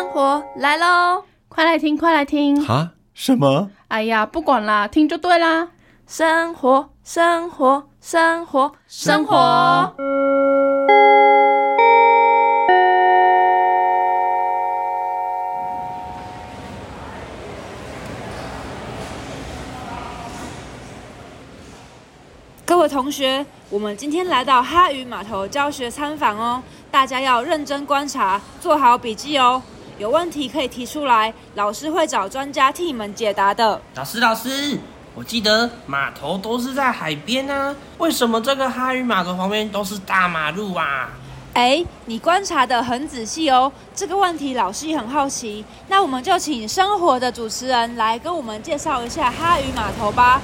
生活来喽！ 快来听，快来听！ 哈？什么？ 哎呀，不管啦，听就对啦。 生活，生活，生活，生活。各位同学，我们今天来到哈渔码头教学参访哦，大家要认真观察，做好笔记哦。有问题可以提出来，老师会找专家替你们解答的。 老师，我记得码头都是在海边啊，为什么这个哈渔码头旁边都是大马路啊？ 你观察得很仔细哦，这个问题老师也很好奇。那我们就请生活的主持人来跟我们介绍一下哈渔码头吧。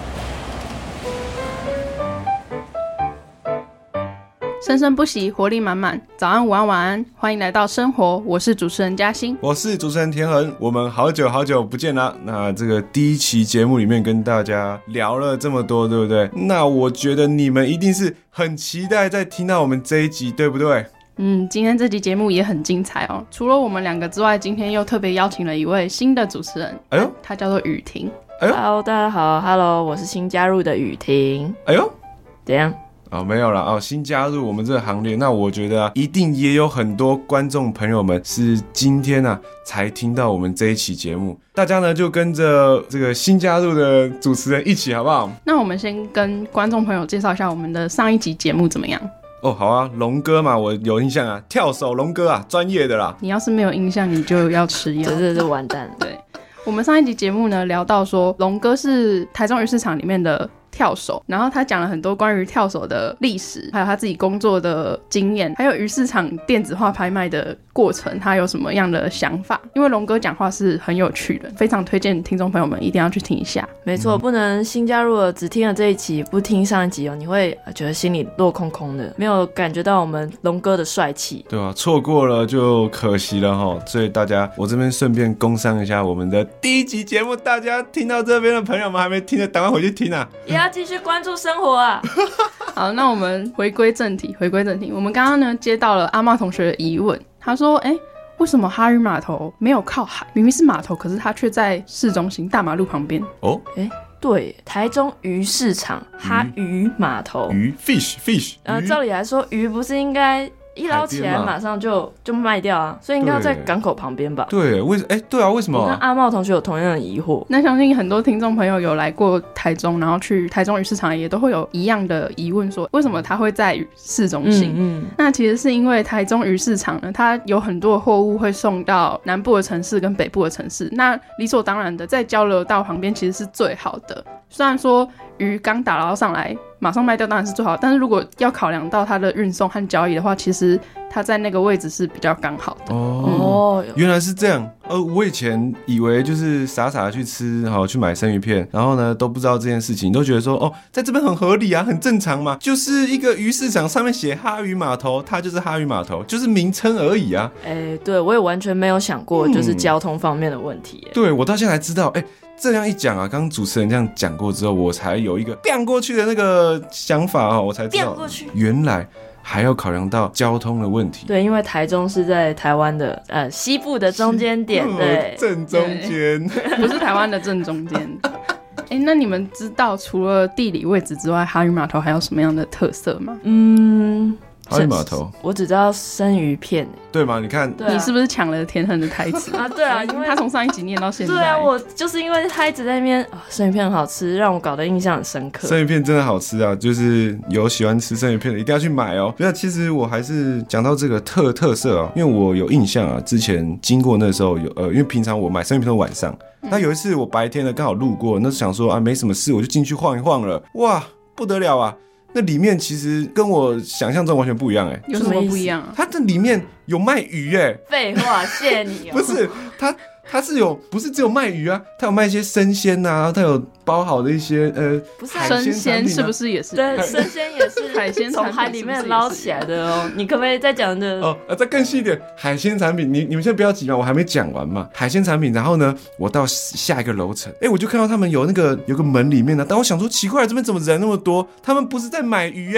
生生不息，活力满满。早安，午安，晚安，欢迎来到生活，我是主持人嘉欣， 我是主持人田恒，我们好久不见啦。那这个第一期节目里面跟大家聊了这么多，对不对？那我觉得你们一定是很期待再听到我们这一集，对不对？ 今天这集节目也很精彩哦。除了我们两个之外，今天又特别邀请了一位新的主持人，他叫做雨婷。 Hello， 大家好 ，Hello， 我是新加入的雨婷。怎样？ 没有啦，新加入我们这个行列，那我觉得一定也有很多观众朋友们是今天才听到我们这一期节目，大家呢就跟着这个新加入的主持人一起，好不好？ 那我们先跟观众朋友介绍一下我们的上一集节目怎么样？ 好啊，龙哥嘛，我有印象啊，跳手龙哥啊，专业的啦。 你要是没有印象，你就要吃药， 这是完蛋。 对，我们上一集节目呢聊到说，龙哥是台中鱼市场里面的跳手，然后他讲了很多关于跳手的历史，还有他自己工作的经验，还有鱼市场电子化拍卖的过程，他有什么样的想法。因为龙哥讲话是很有趣的，非常推荐听众朋友们一定要去听一下。 没错，不能新加入了只听了这一集不听上一集哦，你会觉得心里落空空的，没有感觉到我们龙哥的帅气， 对啊，错过了就可惜了齁。所以大家，我这边顺便工商一下我们的第一集节目，大家听到这边的朋友们还没听的，赶快回去听啊！ 也要继续关注生活啊！ 好，那我们回归正题。我们刚刚呢接到了阿茂同学的疑问，他说：为什么哈渔码头没有靠海？明明是码头，可是它却在市中心大马路旁边。 对，台中鱼市场哈渔码头， 鱼 fish， 照理来说，鱼不是应该一捞起来马上就卖掉啊，所以应该要在港口旁边吧？ 对，对啊，为什么？ 我跟阿茂同学有同样的疑惑。 那相信很多听众朋友有来过台中，然后去台中鱼市场也都会有一样的疑问，说为什么它会在市中心？那其实是因为台中鱼市场呢，它有很多的货物会送到南部的城市跟北部的城市，那理所当然的在交流道旁边其实是最好的。虽然说鱼刚打捞上来马上卖掉当然是最好，但是如果要考量到它的运送和交易的话，其实它在那个位置是比较刚好的。 原来是这样。我以前以为就是傻傻的去吃，去买生鱼片，然后呢都不知道这件事情，都觉得说在这边很合理啊，很正常嘛，就是一个鱼市场上面写哈渔码头，它就是哈渔码头，就是名称而已啊。 对，我也完全没有想过就是交通方面的问题。 对，我到现在才知道，这样一讲啊，刚刚主持人这样讲过之后，我才有一个变过去的那个想法我才知道原来还要考量到交通的问题。 对，因为台中是在台湾的西部的中间点，对， 正中间， 不是台湾的正中间。那你们知道除了地理位置之外，哈渔码头还有什么样的特色吗？ 哈渔码头， 我只知道生鱼片， 对吗？你看， 你是不是抢了田恒的台词啊？对啊，因为他从上一集念到现在。 对啊，我就是因为他一直在那边生鱼片很好吃，让我搞得印象很深刻。 生鱼片真的好吃啊，就是有喜欢吃生鱼片的一定要去买哦。那其实我还是讲到这个特色因为我有印象之前经过那时候有因为平常我买生鱼片都晚上，那有一次我白天呢刚好路过，那想说没什么事，我就进去晃一晃了，哇，不得了啊！那里面其实跟我想象中完全不一样有什么不一样啊？ 它这里面有卖鱼废话，谢谢你不是它是有，不是只有卖鱼啊，它有卖一些生鲜啊，它有包好的一些不是生鲜是不是也是？ 对，生鲜也是海鲜从海里面捞起来的哦。你可不可以再讲的再更细一点？海鲜产品，你们先不要急嘛，我还没讲完嘛。海鲜产品，然后呢，我到下一个楼层，我就看到他们有个门里面呢，但我想说奇怪，这边怎么人那么多？他们不是在买鱼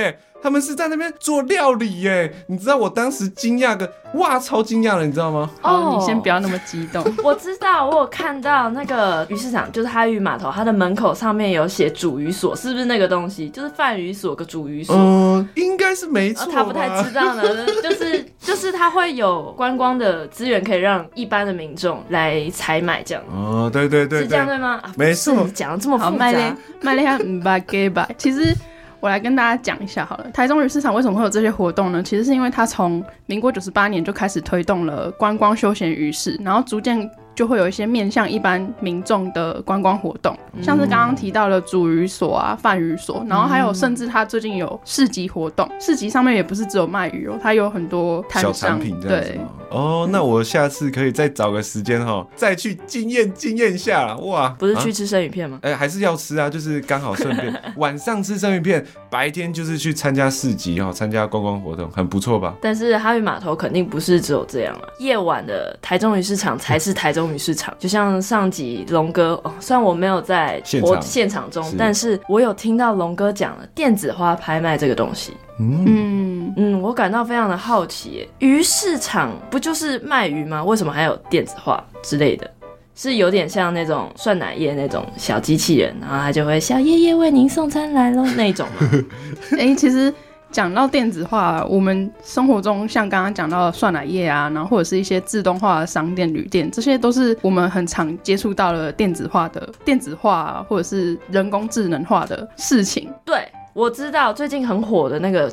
他们是在那边做料理耶。你知道我当时惊讶个哇，超惊讶了，你知道吗？ 你先不要那么激动。 我知道，我有看到那个鱼市场，就是哈渔码头，它的门口上面有写煮鱼所，是不是那个东西？就是贩鱼所跟煮鱼所。 应该是没错吧。 他不太知道呢，就是他会有观光的资源可以让一般的民众来采买这样。 对， 是这样对吗？ 没错， 讲的这么复杂。 卖了下其实我来跟大家讲一下好了，台中鱼市场为什么会有这些活动呢？其实是因为它从民国98年就开始推动了观光休闲鱼市，然后逐渐就会有一些面向一般民众的观光活动，像是刚刚提到的煮鱼所啊、贩鱼所，然后还有甚至它最近有市集活动，市集上面也不是只有卖鱼它有很多摊商小产品这样子吗？那我下次可以再找个时间再去经验一下啦。哇， 不是去吃生鱼片吗？ 还是要吃啊，就是刚好顺便晚上吃生鱼片，白天就是去参加市集参加观光活动，很不错吧？ 但是哈渔码头肯定不是只有这样啊，夜晚的台中鱼市场才是台中鱼市场。就像上集龙哥虽然我没有在现场中，但是我有听到龙哥讲了电子花拍卖这个东西。我感到非常的好奇耶，鱼市场不就是卖鱼吗？为什么还有电子化之类的？是有点像那种涮奶液那种小机器人，然后他就会小爷爷为您送餐来咯那种吗？ 其实讲到电子化，我们生活中像刚刚讲到的涮奶液啊，然后或者是一些自动化的商店、旅店，这些都是我们很常接触到的电子化或者是人工智能化的事情。 对，我知道最近很火的那个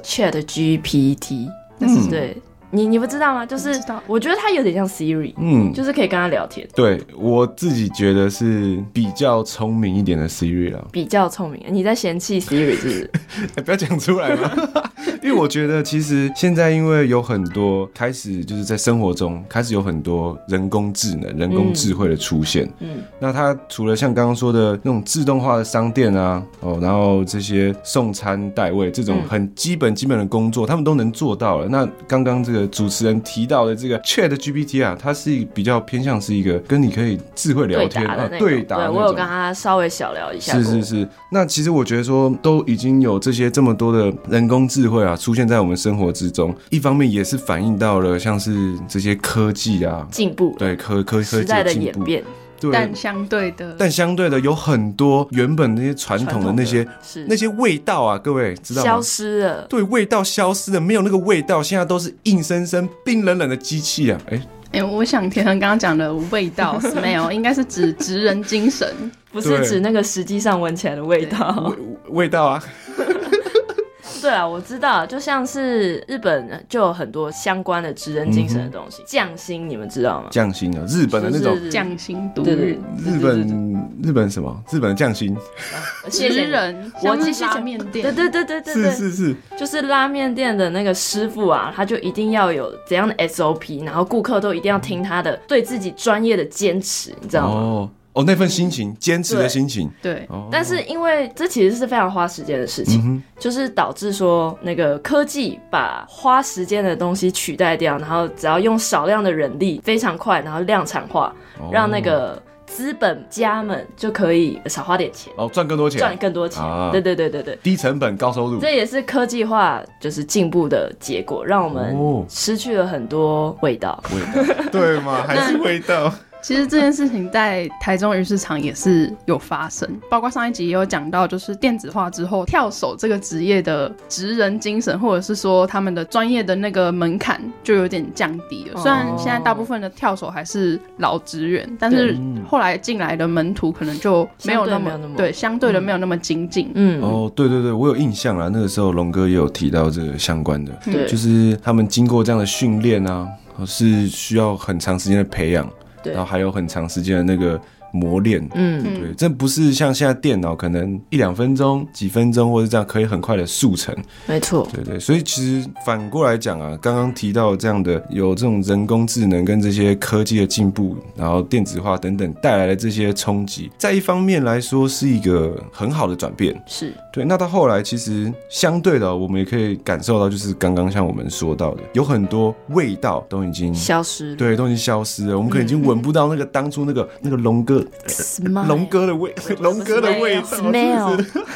ChatGPT，对。你不知道吗？就是我觉得它有点像 Siri， 就是可以跟它聊天。 对，我自己觉得是比较聪明一点的 Siri 啦。 比较聪明，你在嫌弃 Siri 是不是？ 不要讲出来嘛。因为我觉得其实现在因为有很多开始就是在生活中开始有很多人工智能、人工智慧的出现。那它除了像刚刚说的那种自动化的商店啊，然后这些送餐代位这种很基本的工作，他们都能做到了。那刚刚这个主持人提到的这个 ChatGPT 啊，它是比较偏向是一个跟你可以智慧聊天对答的那种。 对，我有跟他稍微小聊一下。 是。那其实我觉得说都已经有这么多的人工智慧啊出现在我们生活之中，一方面也是反映到了像是这些科技啊进步， 对科技时代的演变。 但相对的有很多原本那些传统的那些味道啊，各位知道吗？ 消失了。对， 味道消失了，没有那个味道，现在都是硬生生冰冷冷的机器啊。 我想田恒刚刚讲的味道 smell 应该是指职人精神， 不是指那个实际上闻起来的味道。 味道啊。 对啊，我知道，就像是日本就有很多相关的职人精神的东西。匠心你们知道吗？匠心啊，日本的那种匠心独日。 日本什么？日本的匠心。 职人，我继续拉面店。 对， 是， 就是拉面店的那个师傅啊，他就一定要有怎样的 SOP， 然后顾客都一定要听他的，对自己专业的坚持，你知道吗？ 那份心情，坚持的心情， 对。但是因为这其实是非常花时间的事情，就是导致说那个科技把花时间的东西取代掉，然后只要用少量的人力，非常快，然后量产化，让那个资本家们就可以少花点钱， 赚更多钱， 对， 低成本高收入， 这也是科技化就是进步的结果，让我们失去了很多味道， 对吗？还是味道。 其实这件事情在台中鱼市场也是有发生，包括上一集也有讲到，就是电子化之后，跳手这个职业的职人精神，或者是说他们的专业的那个门槛就有点降低了。虽然现在大部分的跳手还是老职员，但是后来进来的门徒可能就没有那么对，相对的没有那么精进。 对，我有印象啦，那个时候龙哥也有提到这个相关的，就是他们经过这样的训练啊，是需要很长时间的培养。然后还有很长时间的那个磨练，对，这不是像现在电脑可能1-2分钟、几分钟或者这样可以很快的速成， 没错， 对，所以其实反过来讲啊，刚刚提到这样的有这种人工智能跟这些科技的进步，然后电子化等等带来的这些冲击，在一方面来说是一个很好的转变， 是对。那到后来其实相对的，我们也可以感受到，就是刚刚像我们说到的，有很多味道都已经消失， 对，都已经消失了，我们可能已经闻不到那个当初那个龙哥的味道 ，smell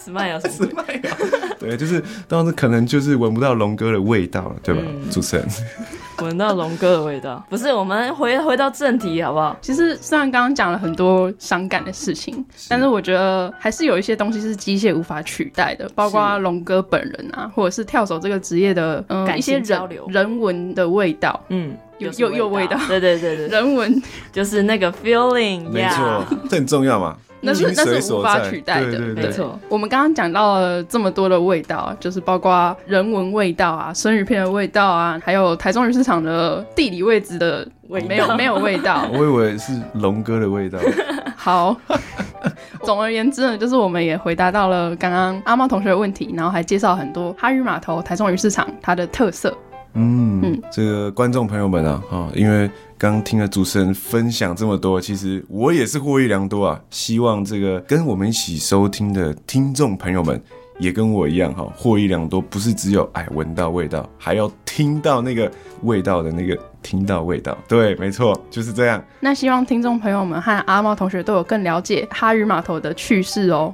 史麦芽什么？ 对，就是当时可能就是闻不到龙哥的味道了，对吧？主持人闻到龙哥的味道，不是？我们回到正题好不好？ 其实虽然刚刚讲了很多伤感的事情，但是我觉得还是有一些东西是机械无法取代的，包括龙哥本人啊，或者是跳手这个职业的一些人文的味道，有味道， 对， 人文就是那个 feeling， 没错，这很重要嘛。 那是无法取代的， 对， 没错。我们刚刚讲到了这么多的味道，就是包括人文味道啊、生鱼片的味道啊，还有台中鱼市场的地理位置的没有味道。 我以为是龙哥的味道。 好，总而言之呢，就是我们也回答到了刚刚阿猫同学的问题，然后还介绍很多哈渔码头、台中鱼市场它的特色。 这个观众朋友们啊，因为刚听了主持人分享这么多，其实我也是获益良多啊。希望这个跟我们一起收听的听众朋友们也跟我一样获益良多，不是只有闻到味道，还要听到那个味道的那个听到味道。对，没错，就是这样。 那希望听众朋友们和阿猫同学都有更了解哈渔码头的趣事哦。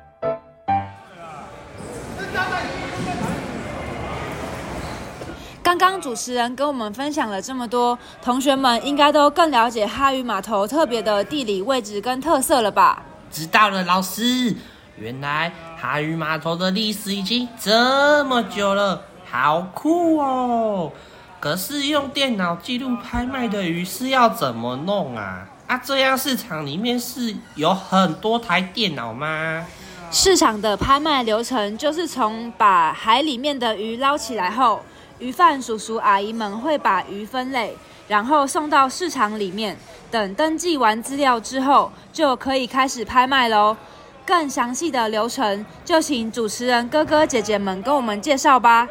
刚刚主持人跟我们分享了这么多，同学们应该都更了解哈渔码头特别的地理位置跟特色了吧？ 知道了，老师。原来哈渔码头的历史已经这么久了，好酷哦！可是用电脑记录拍卖的鱼是要怎么弄啊？这样市场里面是有很多台电脑吗？ 市场的拍卖流程就是从把海里面的鱼捞起来后，鱼贩叔叔阿姨们会把鱼分类，然后送到市场里面，等登记完资料之后，就可以开始拍卖咯。更详细的流程，就请主持人哥哥姐姐们跟我们介绍吧。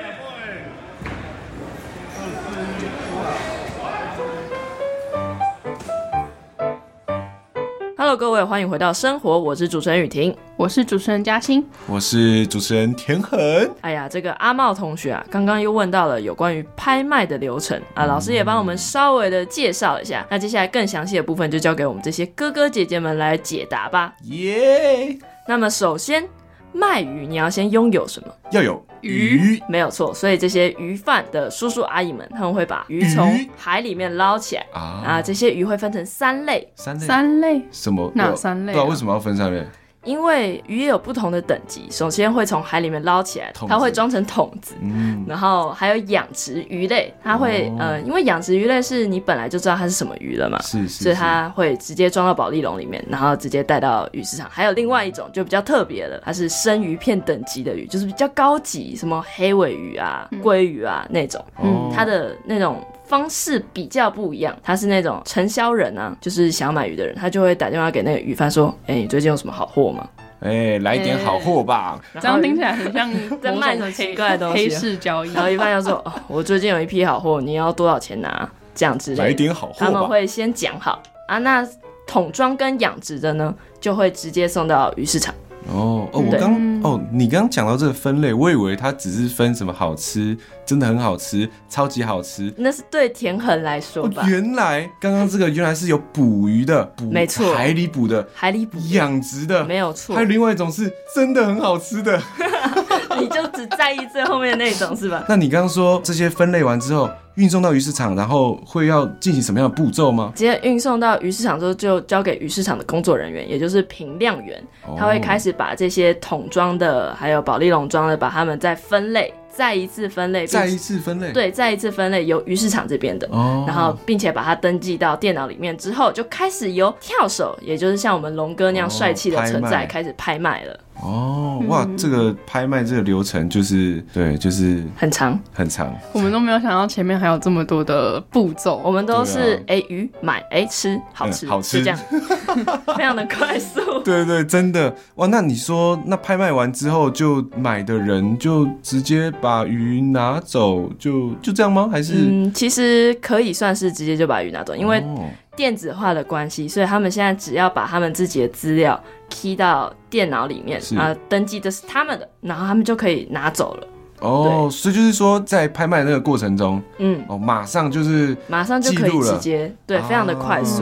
Hello， 各位，欢迎回到生活，我是主持人雨婷， 我是主持人嘉欣， 我是主持人田恒。 哎呀，这个阿茂同学啊，刚刚又问到了有关于拍卖的流程啊，老师也帮我们稍微的介绍一下。那接下来更详细的部分就交给我们这些哥哥姐姐们来解答吧。 耶！ 那么首先，卖鱼你要先拥有什么？ 要有鱼， 没有错。所以这些鱼贩的叔叔阿姨们，他们会把鱼从海里面捞起来啊。这些鱼会分成三类。 三类？ 什么？ 哪三类？ 不知道为什么要分三类。 因为鱼也有不同的等级，首先会从海里面捞起来，它会装成桶子，然后还有养殖鱼类，它会因为养殖鱼类是你本来就知道它是什么鱼了嘛，所以它会直接装到保丽龙里面，然后直接带到鱼市场。还有另外一种就比较特别的，它是生鱼片等级的鱼，就是比较高级，什么黑尾鱼啊、鲑鱼啊那种，它的那种方式比较不一样，他是那种承销人啊，就是想要买鱼的人，他就会打电话给那个鱼贩说：“你最近有什么好货吗？ 来点好货吧。” 这样听起来很像在卖什么奇怪的东西， 黑市交易。 然后鱼贩就说：“我最近有一批好货，你要多少钱拿？”这样之类的， 来点好货吧。 他们会先讲好啊。那桶装跟养殖的呢，就会直接送到鱼市场。 你刚刚讲到这个分类，我以为它只是分什么好吃、真的很好吃、超级好吃， 那是对田恒来说吧。 原来刚刚这个原来是有捕鱼的， 没错， 海里捕的，养殖的， 没有错。 还有另外一种是真的很好吃的。 你就只在意最后面的那种是吧？ 那你刚刚说这些分类完之后运送到鱼市场，然后会要进行什么样的步骤吗？ 直接运送到鱼市场之后，就交给鱼市场的工作人员，也就是评量员，他会开始把这些桶装的还有保丽龙装的，把它们再分类。再一次分类，对，再一次分类由鱼市场这边的，然后并且把它登记到电脑里面之后，就开始由跳手，也就是像我们龙哥那样帅气的存在开始拍卖了。 哇，这个拍卖这个流程就是很长。 我们都没有想到前面还有这么多的步骤， 我们都是鱼买吃好吃，就这样，非常的快速。 对，真的哇！那你说，那拍卖完之后，就买的人就直接把鱼拿走，就这样吗？还是其实可以算是直接就把鱼拿走，因为电子化的关系，所以他们现在只要把他们自己的资料 key 到电脑里面，登记这是他们的，然后他们就可以拿走了。 所以就是说，在拍卖那个过程中，马上就可以直接，对，非常的快速。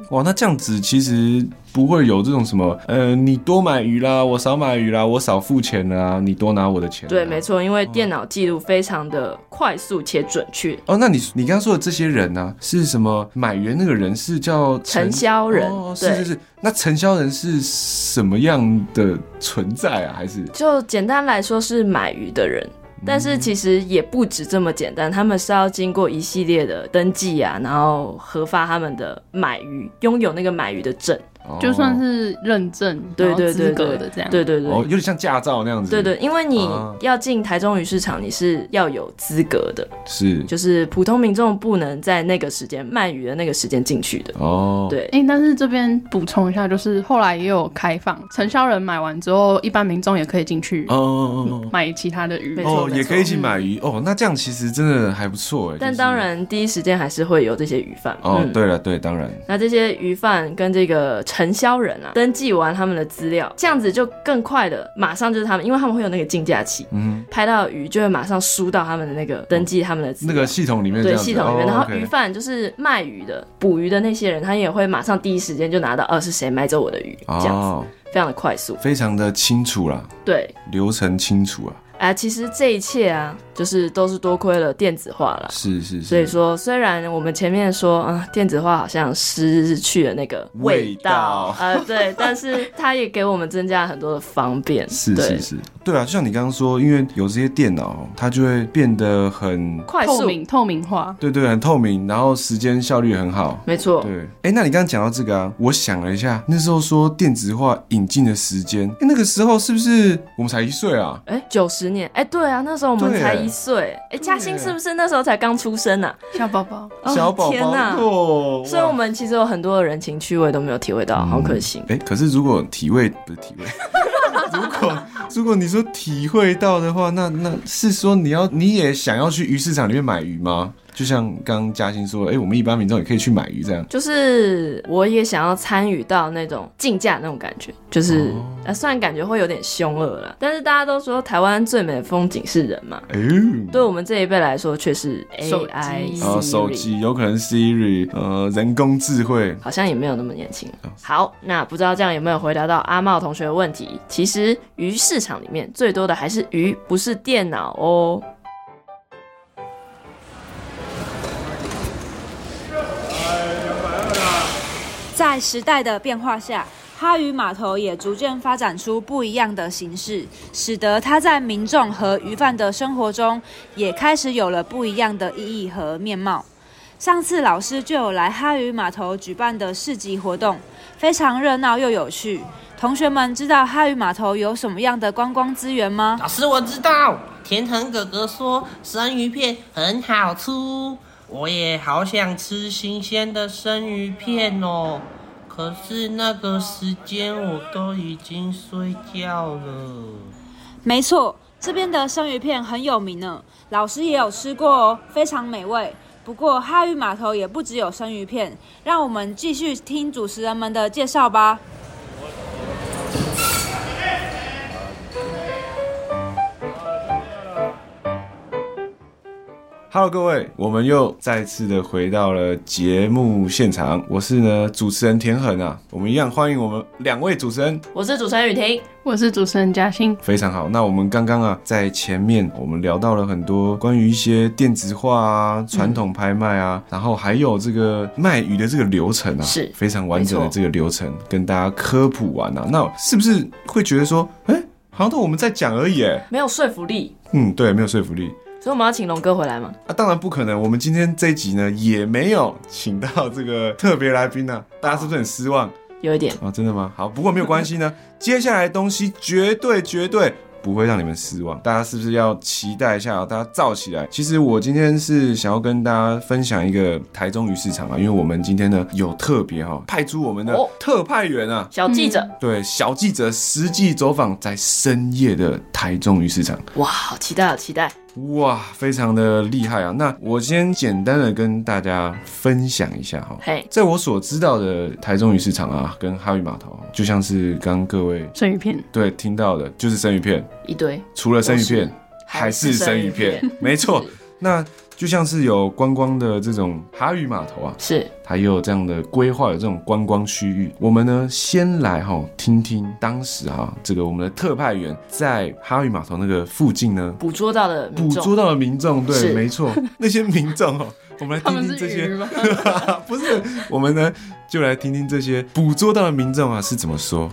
哇，那这样子其实不会有这种什么你多买鱼啦，我少买鱼啦，我少付钱啦，你多拿我的钱。 对，没错，因为电脑记录非常的快速且准确。 哦，那你刚刚说的这些人呢、是什么？买鱼那个人是叫承销人。 哦，是。那承销人是什么样的存在啊？还是就简单来说是买鱼的人。但是其实也不止这么简单，他们是要经过一系列的登记啊，然后核发他们的买鱼，拥有那个买鱼的证。 就算是认证对资格的这样， 对， 有点像驾照那样子。 对，因为你要进台中鱼市场，你是要有资格的， 是， 就是普通民众不能在那个时间卖鱼的那个时间进去的。 哦， 对， 但是这边补充一下，就是后来也有开放，承销人买完之后，一般民众也可以进去买其他的鱼， 也可以一起买鱼那这样其实真的还不错哎。 但当然第一时间还是会有这些鱼贩。 对了，对，当然。 那这些鱼贩跟这个承销人啊，登记完他们的资料，这样子就更快的，马上就是他们，因为他们会有那个竞价器，拍到鱼就会马上输到他们的那个登记他们的资料， 那个系统里面， 对，系统里面。然后鱼贩就是卖鱼的、捕鱼的那些人，他也会马上第一时间就拿到，是谁买走我的鱼，这样子，非常的快速， 非常的清楚啦， 对， 流程清楚啊。 其实这一切啊，就是都是多亏了电子化了。 是。 所以说，虽然我们前面说电子化好像失去了那个味道对，但是它也给我们增加了很多的方便。 是。对啊，就像你刚刚说，因为有这些电脑，它就会变得很快速、 透明化。 对，很透明，然后时间效率很好。 没错。 对，那你刚刚讲到这个啊，我想了一下，那时候说电子化引进的时间，那个时候是不是我们才1岁啊 ？90年，对啊，那时候我们才1岁。嘉欣是不是那时候才刚出生啊？ 小宝宝， 天哪！所以我们其实有很多的人情趣味都没有体会到，好可惜。 可是如果不是体味如果你说体会到的话，那是说你也想要去鱼市场里面买鱼吗？就像刚刚嘉欣说我们一般民众也可以去买鱼这样。 就是我也想要参与到那种竞价那种感觉，就是虽然感觉会有点凶恶啦，但是大家都说台湾最美的风景是人嘛。对我们这一辈来说却是 AI 手机有可能 Siri 人工智慧， 好像也没有那么年轻。好，那不知道这样有没有回答到阿茂同学的问题？其实鱼市场里面最多的还是鱼，不是电脑哦。 在时代的变化下，哈渔码头也逐渐发展出不一样的形式，使得它在民众和渔贩的生活中也开始有了不一样的意义和面貌。上次老师就有来哈渔码头举办的市集活动，非常热闹又有趣。同学们知道哈渔码头有什么样的观光资源吗？ 老师，我知道，天腾哥哥说生鱼片很好吃，我也好想吃新鲜的生鱼片哦。可是那个时间我都已经睡觉了。 没错，这边的生鱼片很有名呢，老师也有吃过哦，非常美味。不过哈渔码头也不只有生鱼片，让我们继续听主持人们的介绍吧。 Hello， 各位，我们又再次的回到了节目现场，我是主持人田恒啊，我们一样欢迎我们2位主持人， 我是主持人雨婷， 我是主持人嘉欣。 非常好，那我们刚刚在前面我们聊到了很多关于一些电子化啊、传统拍卖啊，然后还有这个卖鱼的这个流程啊， 是非常完整的这个流程，跟大家科普完啊，那是不是会觉得说，好像都我们在讲而已， 没有说服力？ 对，没有说服力。 所以我们要请龙哥回来吗？ 当然不可能，我们今天这一集呢也没有请到这个特别来宾啊，大家是不是很失望？ 有一点真的吗？好，不过没有关系呢，接下来的东西绝对不会让你们失望，大家是不是要期待一下？大家燥起来！其实我今天是想要跟大家分享一个台中鱼市场啊，因为我们今天呢有特别派出我们的特派员啊， 小记者， 对，小记者实际走访在深夜的台中鱼市场。 哇，好期待，好期待！ 哇，非常的厉害啊！那我先简单的跟大家分享一下在我所知道的台中鱼市场啊，跟哈渔码头，就像是刚各位生鱼片对听到的，就是生鱼片一堆， 除了生鱼片还是生鱼片，没错。 那就像是有观光的这种哈渔码头啊， 是它也有这样的规划，有这种观光区域。我们呢先来听听当时这个我们的特派员在哈渔码头那个附近呢捕捉到的民众，对，没错，那些民众我们来听听这些，不是，我们呢就来听听这些捕捉到的民众是怎么说。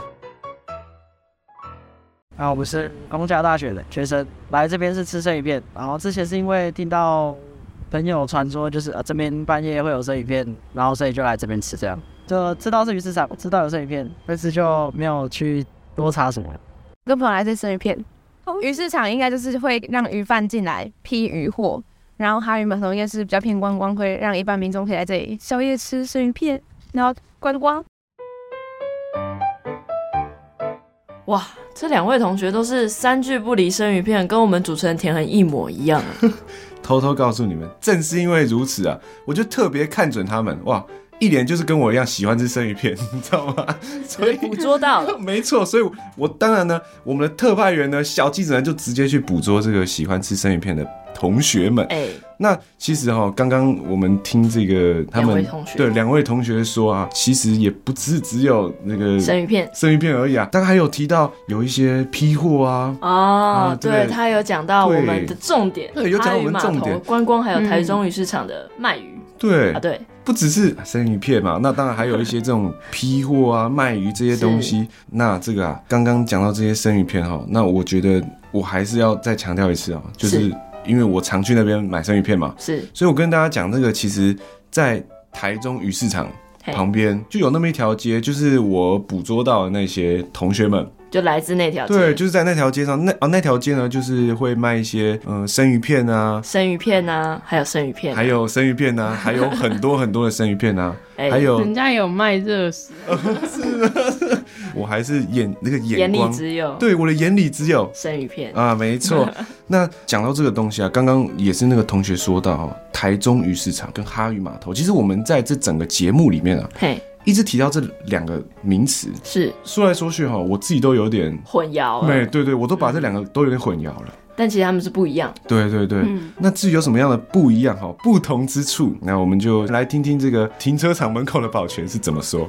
我们是公家大学的学生，来这边是吃生鱼片，然后之前是因为听到朋友传说，就是这边半夜会有生鱼片，然后所以就来这边吃，这样就知道是鱼市场，知道有生鱼片，但是就没有去多查什么。 跟朋友来吃生鱼片，鱼市场应该就是会让鱼贩进来批鱼货，然后哈渔码头应该是比较偏观光，会让一般民众可以来这里宵夜吃生鱼片，然后观光。 哇，这2位同学都是3句不离生鱼片，跟我们主持人田恒一模一样偷偷告诉你们，正是因为如此我就特别看准他们，哇，一脸就是跟我一样喜欢吃生鱼片，你知道吗？所以捕捉到了， 没错，所以我当然呢，我们的特派员呢，小记者呢就直接去捕捉这个喜欢吃生鱼片的同学们。那其实刚刚我们听这个他们2位同学说其实也不只有那个生鱼片而已大概还有提到有一些批货对，他有讲到我们的重点， 对，有讲我们重点， 观光还有台中鱼市场的卖鱼， 对对。 不只是生鱼片嘛，那当然还有一些这种批货卖鱼这些东西。那这个刚刚讲到这些生鱼片那我觉得我还是要再强调一次就是因为我常去那边买生鱼片嘛，所以我跟大家讲，这个其实在台中鱼市场旁边就有那么一条街，就是我捕捉到的那些同学们。 就来自那条街， 对，就是在那条街上，那条街呢，就是会卖一些生鱼片还有生鱼片， 还有生鱼片还有很多很多的生鱼片还有人家有卖热食， 是我还是那个眼光， 眼里只有， 对，我的眼里只有生鱼片没错。那讲到这个东西刚刚也是那个同学说到台中鱼市场跟哈渔码头，其实我们在这整个节目里面一直提到这2个名词， 是说来说去我自己都有点混淆了， 对，我都把这2个都有点混淆了， 但其实他们是不一样， 对，那至于有什么样的不一样不同之处，那我们就来听听这个停车场门口的保全是怎么说。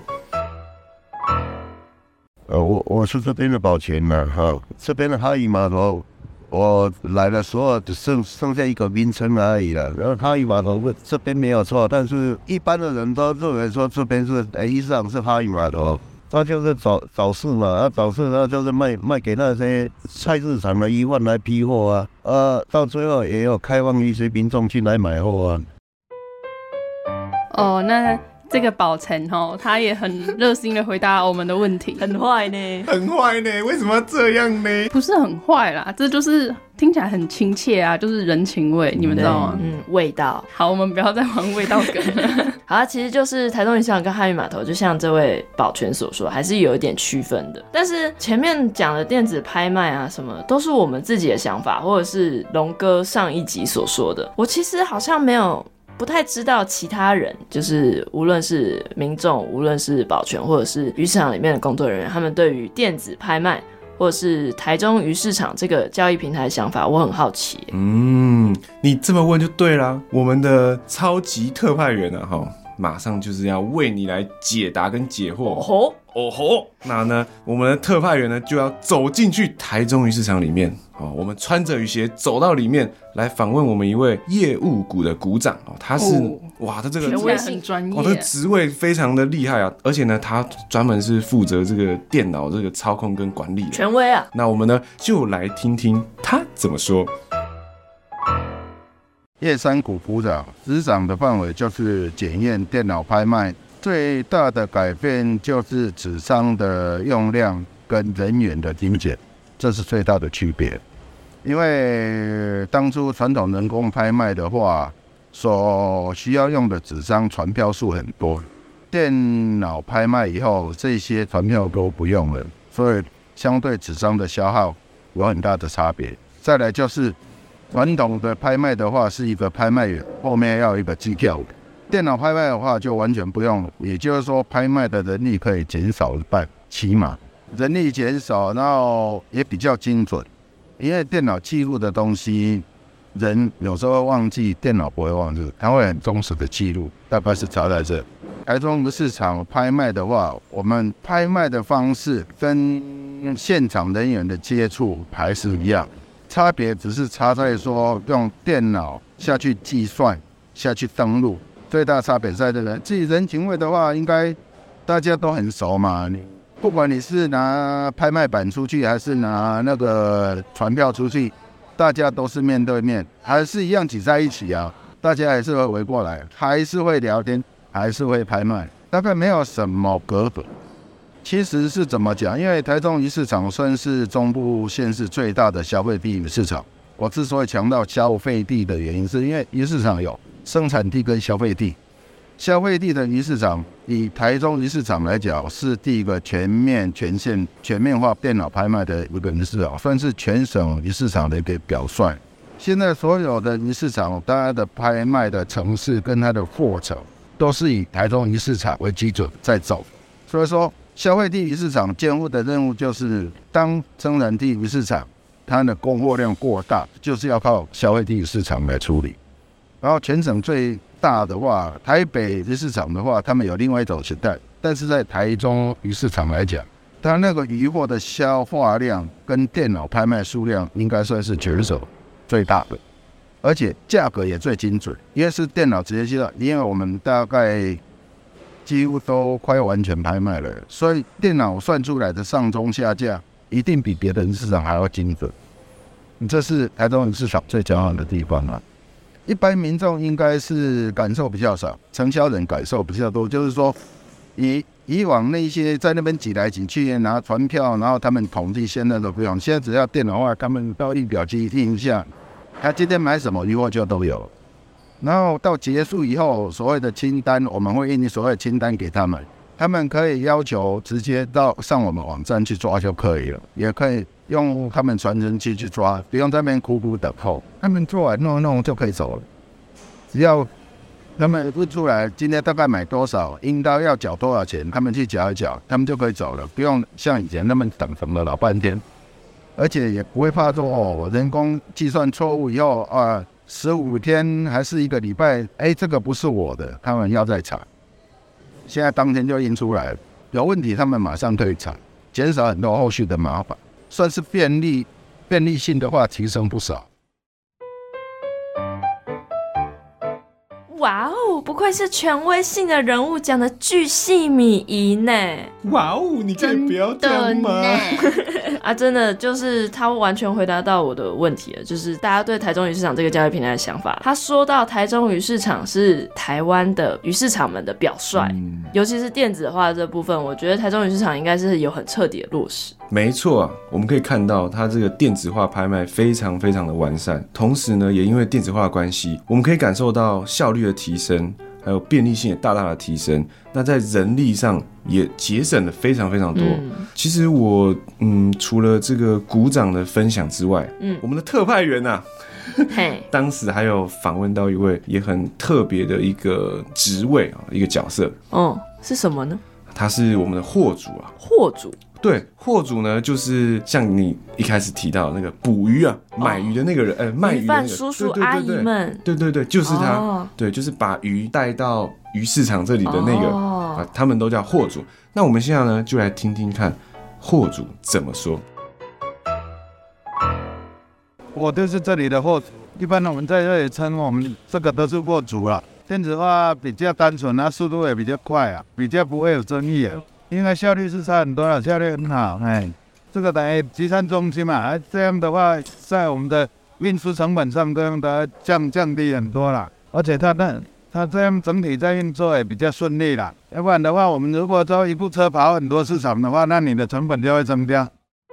我是这边的保全这边的哈渔码头我来的时候只剩下一个名称而已了，然后哈渔码头这边没有错，但是一般的人都认为说这边是意思上是哈渔码头，它就是早市嘛，早市呢就是卖给那些菜市场的鱼贩来批货到最后也有开放一些民众去来买货那这个宝成他也很热心的回答我们的问题， 很坏呢， 为什么要这样呢？ 不是很坏啦，这就是听起来很亲切就是人情味，你们知道吗？ 味道。 好，我们不要再玩味道梗了。 好，其实就是台中鱼市场跟哈渔码头，就像这位保全所说，还是有一点区分的。但是前面讲的电子拍卖什么，都是我们自己的想法，或者是龙哥上一集所说的。我其实好像不太知道其他人，就是无论是民众，无论是保全，或者是鱼市场里面的工作人员，他们对于电子拍卖或者是台中鱼市场这个交易平台的想法，我很好奇。 你这么问就对啦，我们的超级特派员马上就是要为你来解答跟解惑。那呢，我们的特派员呢就要走进去台中鱼市场里面我们穿着雨鞋走到里面来访问我们一位业务股的股长他是他这个职位很专业他的职位非常的厉害而且呢，他专门是负责这个电脑这个操控跟管理的权威那我们呢就来听听他怎么说。 叶山谷股长执掌的范围就是检验电脑拍卖，最大的改变就是纸张的用量跟人员的精简，这是最大的区别。因为当初传统人工拍卖的话，所需要用的纸张传票数很多，电脑拍卖以后，这些传票都不用了，所以相对纸张的消耗有很大的差别。再来就是传统的拍卖的话，是一个拍卖员后面要一个机票，电脑拍卖的话就完全不用了，也就是说拍卖的人力可以减少一半，起码人力减少，然后也比较精准，因为电脑记录的东西人有时候会忘记，电脑不会忘记，它会很忠实的记录，大概是差在这。台中鱼市场拍卖的话，我们拍卖的方式跟现场人员的接触还是一样，差别只是差在说用电脑下去计算、下去登录，最大差别在这里。至于人情味的话，应该大家都很熟嘛。不管你是拿拍卖板出去，还是拿那个传票出去，大家都是面对面，还是一样挤在一起啊。大家还是会围过来，还是会聊天，还是会拍卖，大概没有什么隔阂。其实是怎么讲？因为台中鱼市场算是中部县市最大的消费地鱼市场。我之所以强调消费地的原因，是因为鱼市场有生产地跟消费地。消费地的鱼市场，以台中鱼市场来讲，是第一个全面化电脑拍卖的一个鱼市场，算是全省鱼市场的一个表率。现在所有的鱼市场，大家的拍卖的程式跟它的过程，都是以台中鱼市场为基准在走。所以说，消费地鱼市场肩负的任务就是，当生产地鱼市场它的供货量过大，就是要靠消费地鱼市场来处理。然后全省最大的话，台北鱼市场的话，他们有另外一种形态，但是在台中鱼市场来讲，它那个鱼货的消化量跟电脑拍卖数量应该算是全省最大的，而且价格也最精准，因为是电脑直接计算，因为我们大概几乎都快完全拍卖了，所以电脑算出来的上中下价一定比别的鱼市场还要精准，这是台中鱼市场最骄傲的地方啊。一般民众应该是感受比较少，承销人感受比较多，就是说以往那些在那边挤来挤去拿传票，然后他们统计，现在都不用，现在只要电脑化，他们到印表机印一下，他今天买什么鱼货就都有。然后到结束以后，所谓的清单，我们会印所谓的清单给他们，他们可以要求直接上我们网站去抓就可以了，也可以用他们传真机去抓，不用在那边苦苦等候，他们做完弄就可以走了。只要他们问出来今天大概买多少，应当要缴多少钱，他们去缴一缴，他们就可以走了，不用像以前那么等了老半天，而且也不会怕说人工计算错误以后15天还是1个礼拜，这个不是我的，他们要再查。现在当天就印出来了，有问题他们马上退查，减少很多后续的麻烦，算是便利性的话提升不少。 哇哦，不愧是权威性的人物，讲的巨细靡遗呢。 哇哦，你可以不要这样吗？ 啊，真的就是他完全回答到我的问题了，就是大家对台中鱼市场这个交易平台的想法。他说到台中鱼市场是台湾的鱼市场们的表率，尤其是电子化的这部分，我觉得台中鱼市场应该是有很彻底的落实。 没错啊，我们可以看到它这个电子化拍卖非常非常的完善，同时呢，也因为电子化的关系，我们可以感受到效率的提升，还有便利性也大大的提升。那在人力上也节省了非常非常多。其实我除了这个股长的分享之外，我们的特派员啊当时还有访问到一位也很特别的一个职位啊，一个角色。 是什么呢？ 他是我们的货主啊。 货主？对， 货主呢，就是像你一开始提到那个捕鱼啊、买鱼的那个人，卖鱼的那个叔叔阿姨们， 对，就是他，对，就是把鱼带到鱼市场这里的那个，他们都叫货主。那我们现在呢，就来听听看货主怎么说。 我就是这里的货主，一般我们在这里称我们这个都是货主啦。电子化比较单纯啊，速度也比较快啊，比较不会有争议啊。应该效率是差很多了，效率很好。这个等于集散中心嘛，这样的话，在我们的运输成本上，这样的降低很多了。而且它这样整体在运作也比较顺利了。要不然的话，我们如果说一部车跑很多市场的话，那你的成本就会增加。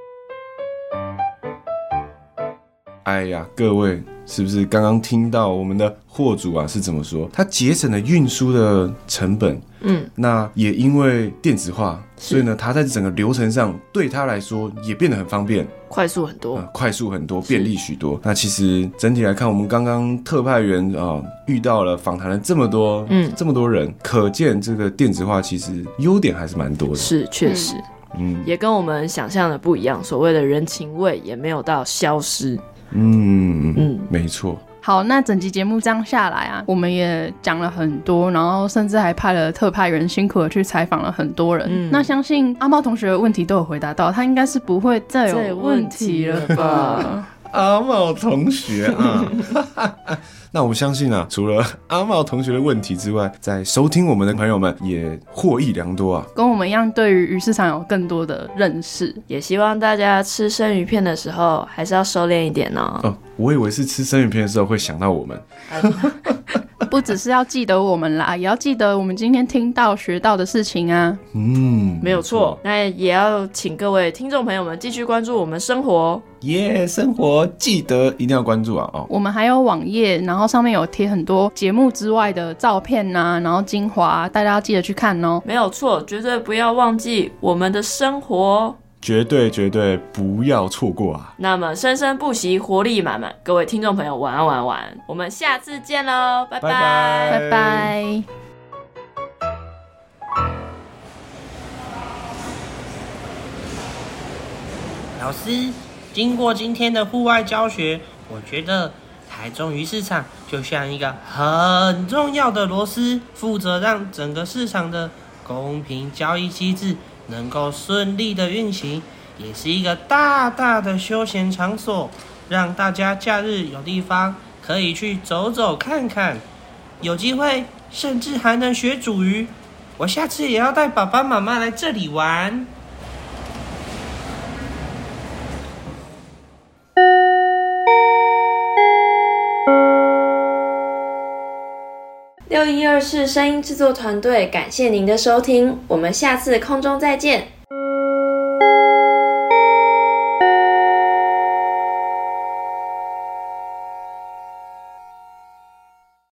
哎呀，各位是不是刚刚听到我们的货主啊是怎么说？他节省了运输的成本，那也因为电子化，所以呢，他在整个流程上对他来说也变得很方便， 快速很多， 便利许多。那其实整体来看，我们刚刚特派员遇到了访谈了这么多人，可见这个电子化其实优点还是蛮多的。 是，确实，也跟我们想象的不一样，所谓的人情味也没有到消失。 没错。 好，那整集节目这样下来啊，我们也讲了很多，然后甚至还派了特派员辛苦的去采访了很多人。那相信阿猫同学的问题都有回答到，他应该是不会再有问题了吧？ 阿茂同学啊，那我们相信啊，除了阿茂同学的问题之外，在收听我们的朋友们也获益良多啊， 跟我们一样对于鱼市场有更多的认识， 也希望大家吃生鱼片的时候还是要收敛一点哦。 我以为是吃生鱼片的时候会想到我们。 不只是要记得我们啦，也要记得我们今天听到学到的事情啊。 没有错。那也要请各位听众朋友们继续关注我们生活生活记得一定要关注啊！ 我们还有网页，然后上面有贴很多节目之外的照片啊，然后精华，大家要记得去看哦。 没有错，绝对不要忘记我们的生活。 绝对不要错过啊！ 那么生生不息，活力满满，各位听众朋友晚安晚安晚安，我们下次见喽，拜拜拜拜。 老师，经过今天的户外教学，我觉得台中鱼市场就像一个很重要的螺丝，负责让整个市场的公平交易机制能够顺利的运行，也是一个大大的休闲场所，让大家假日有地方可以去走走看看，有机会甚至还能学煮鱼。我下次也要带爸爸妈妈来这里玩。 612是声音制作团队，感谢您的收听，我们下次空中再见。